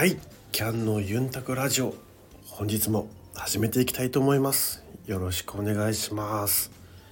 はい、キャンのユンタクラジオ、本日も始めていきたいと思います。よろしくお願いします。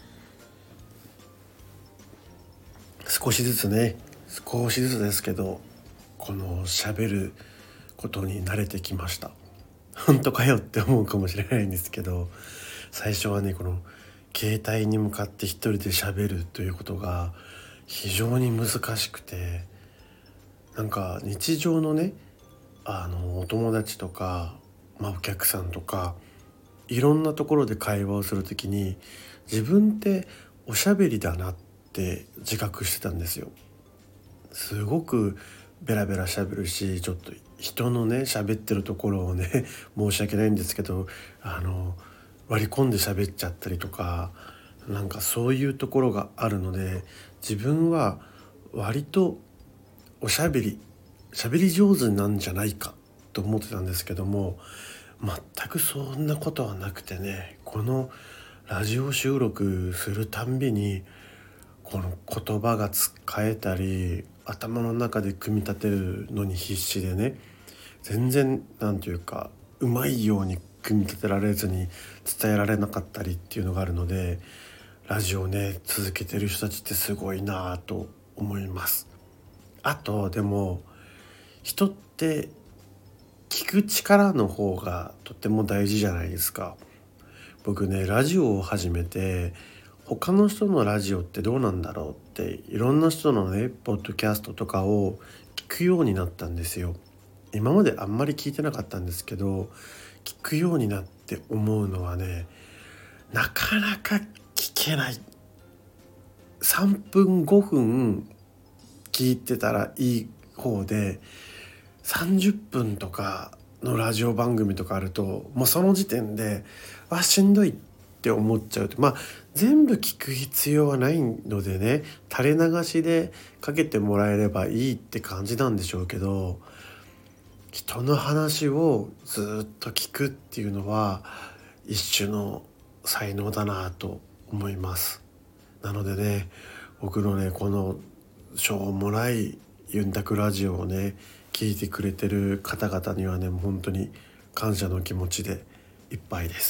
少しずつですけど、この喋ることに慣れてきました。本当かよって思うかもしれないんですけど、最初はね、この携帯に向かって一人で喋るということが非常に難しくて、なんか日常のね、お友達とか、お客さんとかいろんなところで会話をするときに、自分っておしゃべりだなって自覚してたんですよ。すごくベラベラ喋るし、ちょっと人のね喋ってるところをね申し訳ないんですけど、割り込んで喋っちゃったりとか、なんかそういうところがあるので、自分は割とおしゃべり上手なんじゃないかと思ってたんですけども、全くそんなことはなくてね、このラジオ収録するたんびにこの言葉が使えたり、頭の中で組み立てるのに必死でね、全然なんていうかうまいように組み立てられずに伝えられなかったりっていうのがあるので、ラジオね続けてる人たちってすごいなぁと思います。あとでも、人って聞く力の方がとても大事じゃないですか。僕ね、ラジオを始めて他の人のラジオってどうなんだろうっていろんな人のねポッドキャストとかを聞くようになったんですよ。今まであんまり聞いてなかったんですけど、聞くようになって思うのはね、なかなか聞けない。3分5分聞いてたらいい方で、30分とかのラジオ番組とかあると、もうその時点でしんどいって思っちゃうと、全部聞く必要はないのでね、垂れ流しでかけてもらえればいいって感じなんでしょうけど、人の話をずっと聞くっていうのは一種の才能だなと思います。なのでね、僕のねこのしょうもないユンタクラジオをね聞いてくれてる方々にはね、もう本当に感謝の気持ちでいっぱいです。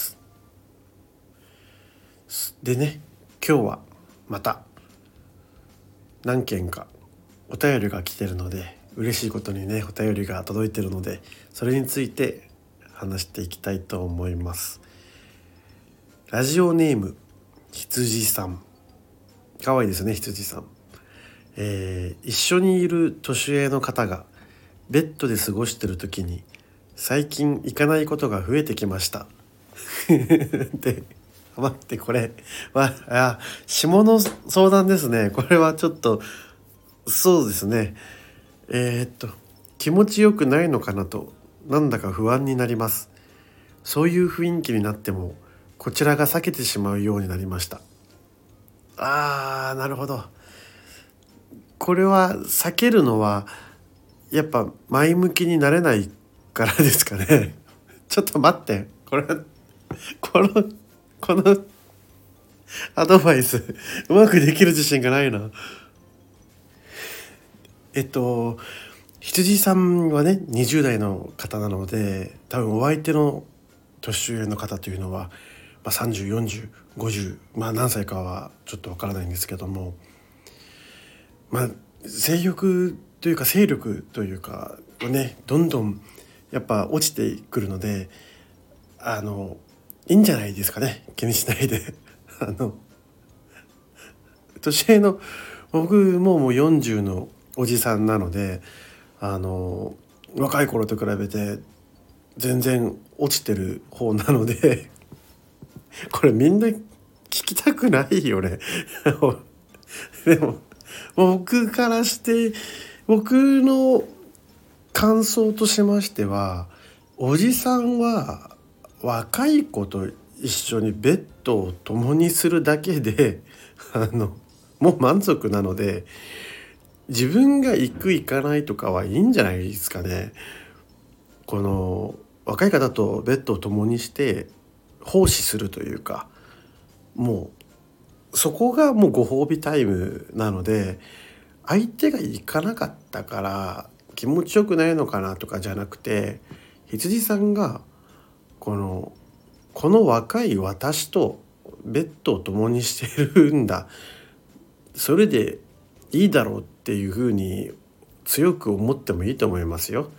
でね、今日はまた何件かお便りが来てるので、嬉しいことにねお便りが届いてるので、それについて話していきたいと思います。ラジオネーム羊さん、かわいいですね、羊さん。一緒にいる年上の方がベッドで過ごしてる時に、最近行かないことが増えてきましたで、待って、これは下の相談ですね。これはちょっと、そうですね、気持ちよくないのかなと、なんだか不安になります。そういう雰囲気になってもこちらが避けてしまうようになりました。なるほど。これは避けるのはやっぱ前向きになれないからですかね。ちょっと待って、このこのアドバイスうまくできる自信がないな。羊さんはね20代の方なので、多分お相手の年上の方というのは、30、40、50、何歳かはちょっとわからないんですけども、性欲というか勢力というかね、どんどんやっぱ落ちてくるので、いいんじゃないですかね、気にしないで年上の僕もう40のおじさんなので、若い頃と比べて全然落ちてる方なのでこれみんな聞きたくないよねでも僕からして、僕の感想としましては、おじさんは若い子と一緒にベッドを共にするだけでもう満足なので、自分が行く行かないとかはいいんじゃないですかね。この若い方とベッドを共にして奉仕するというか、もうそこがもうご褒美タイムなので、相手が行かなかったから気持ちよくないのかなとかじゃなくて、羊さんがこの若い私とベッドを共にしてるんだ、それでいいだろうっていうふうに強く思ってもいいと思いますよ。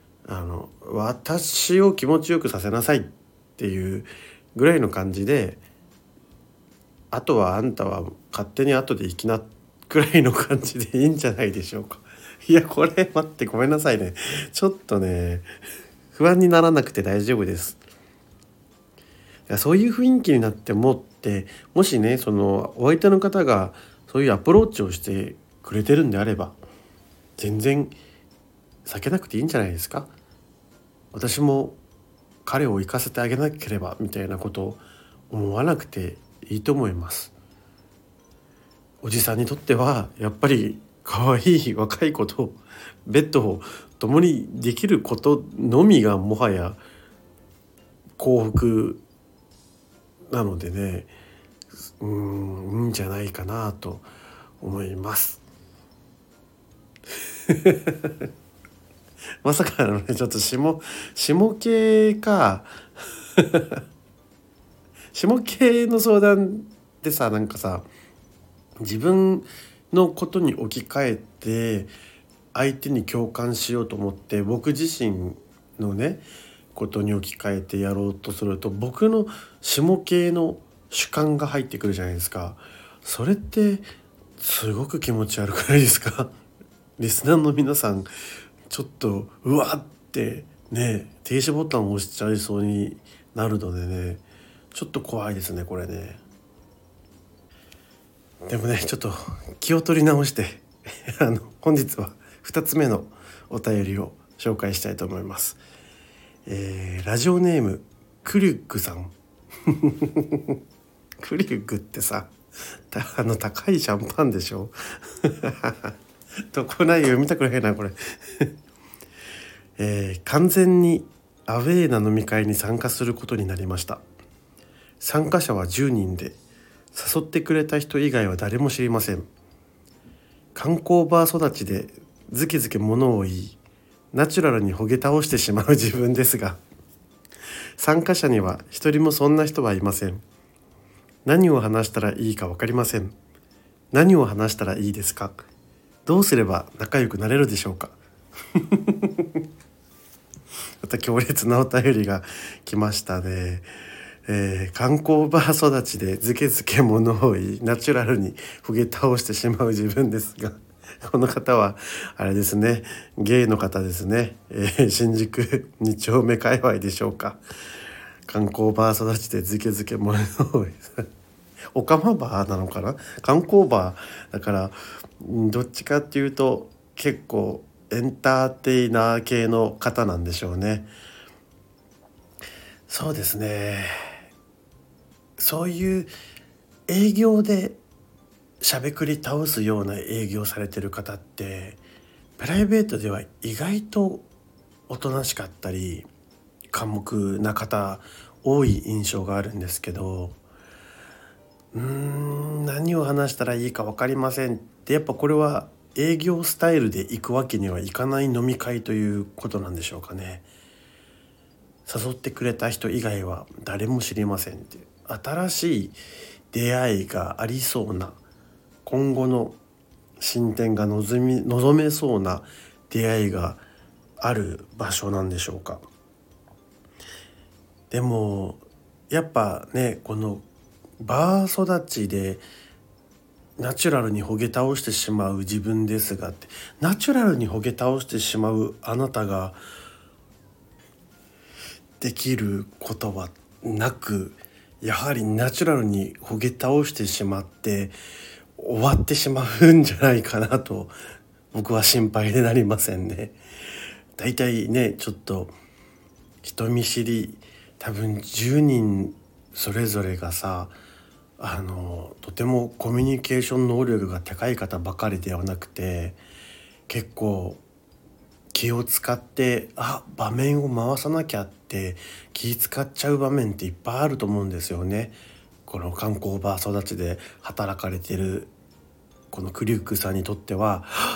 私を気持ちよくさせなさいっていうぐらいの感じで、あとはあんたは勝手に後で生きなくらいの感じでいいんじゃないでしょうか。いやこれ待って、ごめんなさいね、ちょっとね不安にならなくて大丈夫です。いやそういう雰囲気になってもって、もしねそのお相手の方がそういうアプローチをしてくれてるんであれば、全然避けなくていいんじゃないですか。私も彼を行かせてあげなければみたいなことを思わなくていいと思います。おじさんにとってはやっぱり可愛い若い子とベッドを共にできることのみがもはや幸福なのでね、いいんじゃないかなと思います。まさかのねちょっと下系か下系の相談でさ、なんかさ、自分のことに置き換えて相手に共感しようと思って僕自身のねことに置き換えてやろうとすると、僕の下系の主観が入ってくるじゃないですか。それってすごく気持ち悪くないですか？リスナーの皆さんちょっとうわってね停止ボタンを押しちゃいそうになるのでね、ちょっと怖いですねこれね。でもねちょっと気を取り直して本日は2つ目のお便りを紹介したいと思います。ラジオネームクリュッグさんクリュッグってさ、高いシャンパンでしょどこない読みたくないなこれ完全にアウェーな飲み会に参加することになりました。参加者は10人で、誘ってくれた人以外は誰も知りません。観光バー育ちでズケズケ物を言い、ナチュラルにほげ倒してしまう自分ですが、参加者には一人もそんな人はいません。何を話したらいいか分かりません。何を話したらいいですか？どうすれば仲良くなれるでしょうか？また強烈なお便りが来ましたね。観光バー育ちでズケズケ物を言い、ナチュラルにほげ倒してしまう自分ですが、この方はあれですね、ゲイの方ですね。新宿2丁目界隈でしょうか。観光バー育ちでズケズケ物を言いオカマバーなのかな、観光バーだから、どっちかっていうと結構エンターテイナー系の方なんでしょうね。そうですね、そういう営業でしゃべくり倒すような営業されてる方って、プライベートでは意外とおとなしかったり寡黙な方多い印象があるんですけど、何を話したらいいか分かりませんって、やっぱこれは営業スタイルで行くわけにはいかない飲み会ということなんでしょうかね。誘ってくれた人以外は誰も知りませんって、新しい出会いがありそうな、今後の進展が望めそうな出会いがある場所なんでしょうか。でもやっぱね、このバー育ちでナチュラルにほげ倒してしまう自分ですがって、ナチュラルにほげ倒してしまうあなたができることはなく、やはりナチュラルにほげ倒してしまって終わってしまうんじゃないかなと僕は心配でなりませんね。だいたいねちょっと人見知り、多分10人それぞれがさ、とてもコミュニケーション能力が高い方ばかりではなくて、結構気を使って場面を回さなきゃって気使っちゃう場面っていっぱいあると思うんですよね。この観光バー育ちで働かれているこのクリュックさんにとっては、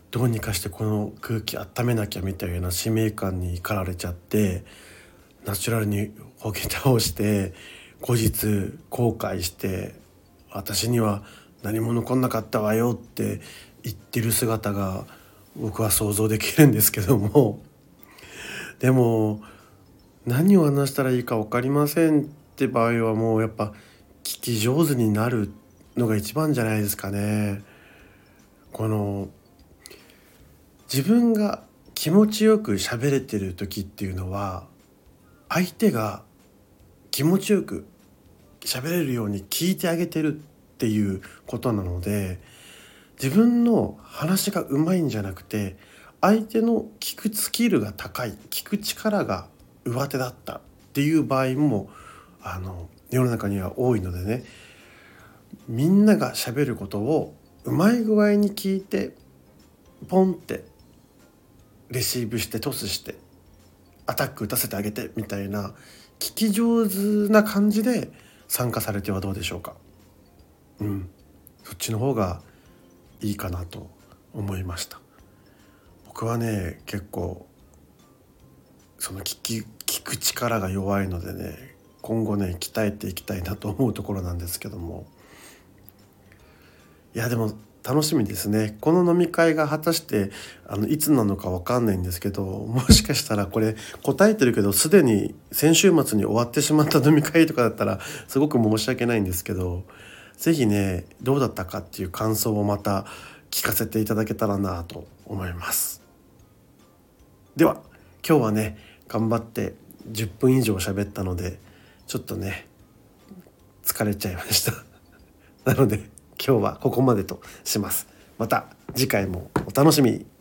どうにかしてこの空気温めなきゃみたいな使命感に駆られちゃって、ナチュラルにほげ倒して後日後悔して、私には何も残んなかったわよって言ってる姿が僕は想像できるんですけども、でも何を話したらいいか分かりませんって場合は、もうやっぱ聞き上手になるのが一番じゃないですかね。この自分が気持ちよく喋れてる時っていうのは、相手が気持ちよく喋れるように聞いてあげてるっていうことなので、自分の話がうまいんじゃなくて、相手の聞くスキルが高い、聞く力が上手だったっていう場合も世の中には多いのでね、みんなが喋ることをうまい具合に聞いて、ポンってレシーブしてトスしてアタック打たせてあげてみたいな、聞き上手な感じで参加されてはどうでしょうか。そっちの方がいいかなと思いました。僕はね、結構その聞く力が弱いのでね、今後ね鍛えていきたいなと思うところなんですけども、いやでも楽しみですね。この飲み会が果たしていつなのか分かんないんですけど、もしかしたらこれ答えてるけどすでに先週末に終わってしまった飲み会とかだったらすごく申し訳ないんですけど、ぜひねどうだったかっていう感想をまた聞かせていただけたらなと思います。では今日はね頑張って10分以上喋ったので、ちょっとね疲れちゃいましたなので今日はここまでとします。また次回もお楽しみに。